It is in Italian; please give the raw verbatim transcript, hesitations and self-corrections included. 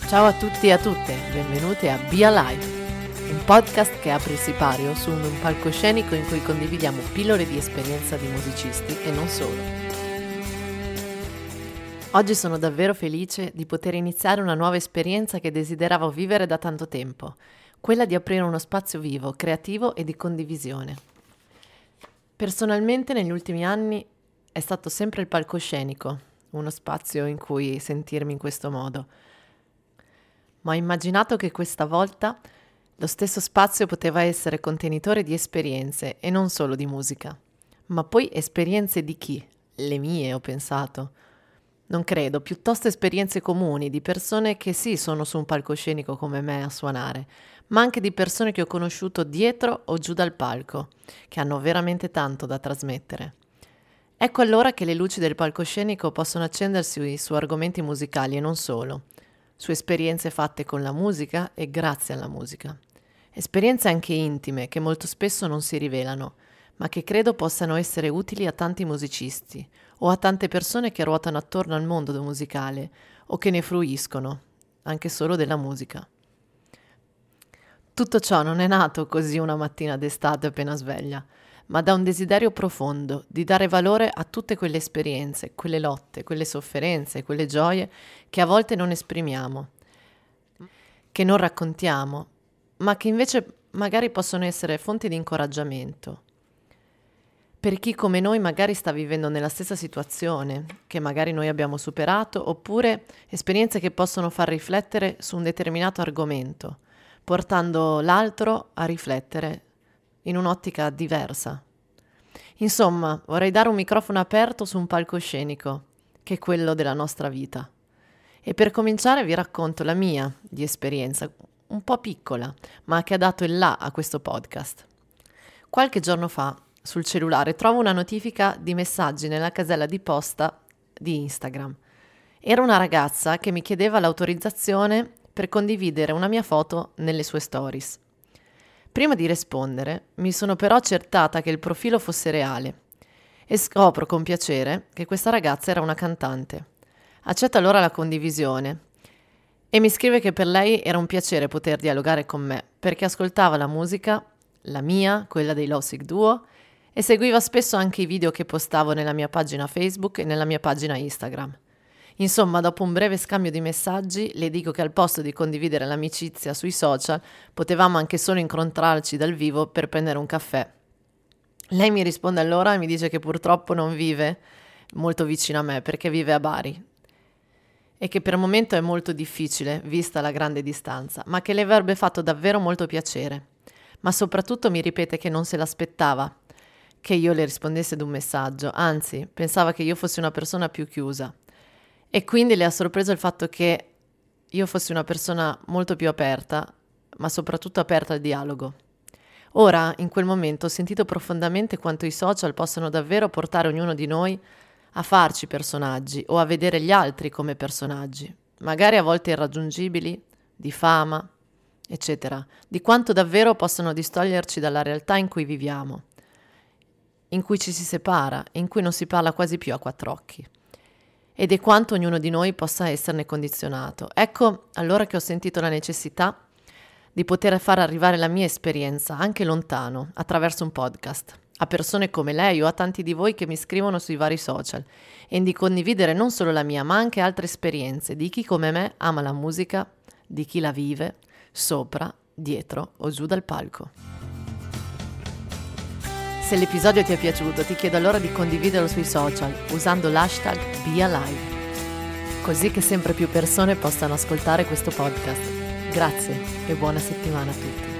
Ciao a tutti e a tutte, benvenuti a Be Alive, un podcast che apre il sipario su un palcoscenico in cui condividiamo pillole di esperienza di musicisti e non solo. Oggi sono davvero felice di poter iniziare una nuova esperienza che desideravo vivere da tanto tempo, quella di aprire uno spazio vivo, creativo e di condivisione. Personalmente negli ultimi anni è stato sempre il palcoscenico, uno spazio in cui sentirmi in questo modo. Ma ho immaginato che questa volta lo stesso spazio poteva essere contenitore di esperienze e non solo di musica. Ma poi esperienze di chi? Le mie, ho pensato. Non credo, piuttosto esperienze comuni di persone che sì sono su un palcoscenico come me a suonare, ma anche di persone che ho conosciuto dietro o giù dal palco, che hanno veramente tanto da trasmettere. Ecco allora che le luci del palcoscenico possono accendersi su argomenti musicali e non solo, su esperienze fatte con la musica e grazie alla musica. Esperienze anche intime che molto spesso non si rivelano, ma che credo possano essere utili a tanti musicisti o a tante persone che ruotano attorno al mondo musicale o che ne fruiscono, anche solo della musica. Tutto ciò non è nato così una mattina d'estate appena sveglia, ma da un desiderio profondo di dare valore a tutte quelle esperienze, quelle lotte, quelle sofferenze, quelle gioie che a volte non esprimiamo, che non raccontiamo, ma che invece magari possono essere fonte di incoraggiamento. Per chi come noi magari sta vivendo nella stessa situazione, che magari noi abbiamo superato, oppure esperienze che possono far riflettere su un determinato argomento, portando l'altro a riflettere in un'ottica diversa. Insomma, vorrei dare un microfono aperto su un palcoscenico, che è quello della nostra vita. E per cominciare vi racconto la mia di esperienza, un po' piccola, ma che ha dato il là a questo podcast. Qualche giorno fa, sul cellulare, trovo una notifica di messaggi nella casella di posta di Instagram. Era una ragazza che mi chiedeva l'autorizzazione per condividere una mia foto nelle sue stories. Prima di rispondere, mi sono però accertata che il profilo fosse reale e scopro con piacere che questa ragazza era una cantante. Accetta allora la condivisione e mi scrive che per lei era un piacere poter dialogare con me perché ascoltava la musica, la mia, quella dei Lovesick Duo, e seguiva spesso anche i video che postavo nella mia pagina Facebook e nella mia pagina Instagram. Insomma, dopo un breve scambio di messaggi, le dico che al posto di condividere l'amicizia sui social, potevamo anche solo incontrarci dal vivo per prendere un caffè. Lei mi risponde allora e mi dice che purtroppo non vive molto vicino a me perché vive a Bari e che per il momento è molto difficile, vista la grande distanza, ma che le avrebbe fatto davvero molto piacere. Ma soprattutto mi ripete che non se l'aspettava che io le rispondesse ad un messaggio, anzi, pensava che io fossi una persona più chiusa. E quindi le ha sorpreso il fatto che io fossi una persona molto più aperta, ma soprattutto aperta al dialogo. Ora, in quel momento, ho sentito profondamente quanto i social possano davvero portare ognuno di noi a farci personaggi o a vedere gli altri come personaggi, magari a volte irraggiungibili, di fama, eccetera, di quanto davvero possono distoglierci dalla realtà in cui viviamo, in cui ci si separa, in cui non si parla quasi più a quattro occhi. Ed è quanto ognuno di noi possa esserne condizionato. Ecco allora che ho sentito la necessità di poter far arrivare la mia esperienza anche lontano, attraverso un podcast, a persone come lei o a tanti di voi che mi scrivono sui vari social, e di condividere non solo la mia, ma anche altre esperienze di chi come me ama la musica, di chi la vive, sopra, dietro o giù dal palco. Se l'episodio ti è piaciuto, ti chiedo allora di condividerlo sui social usando l'hashtag BeAlive, così che sempre più persone possano ascoltare questo podcast. Grazie e buona settimana a tutti.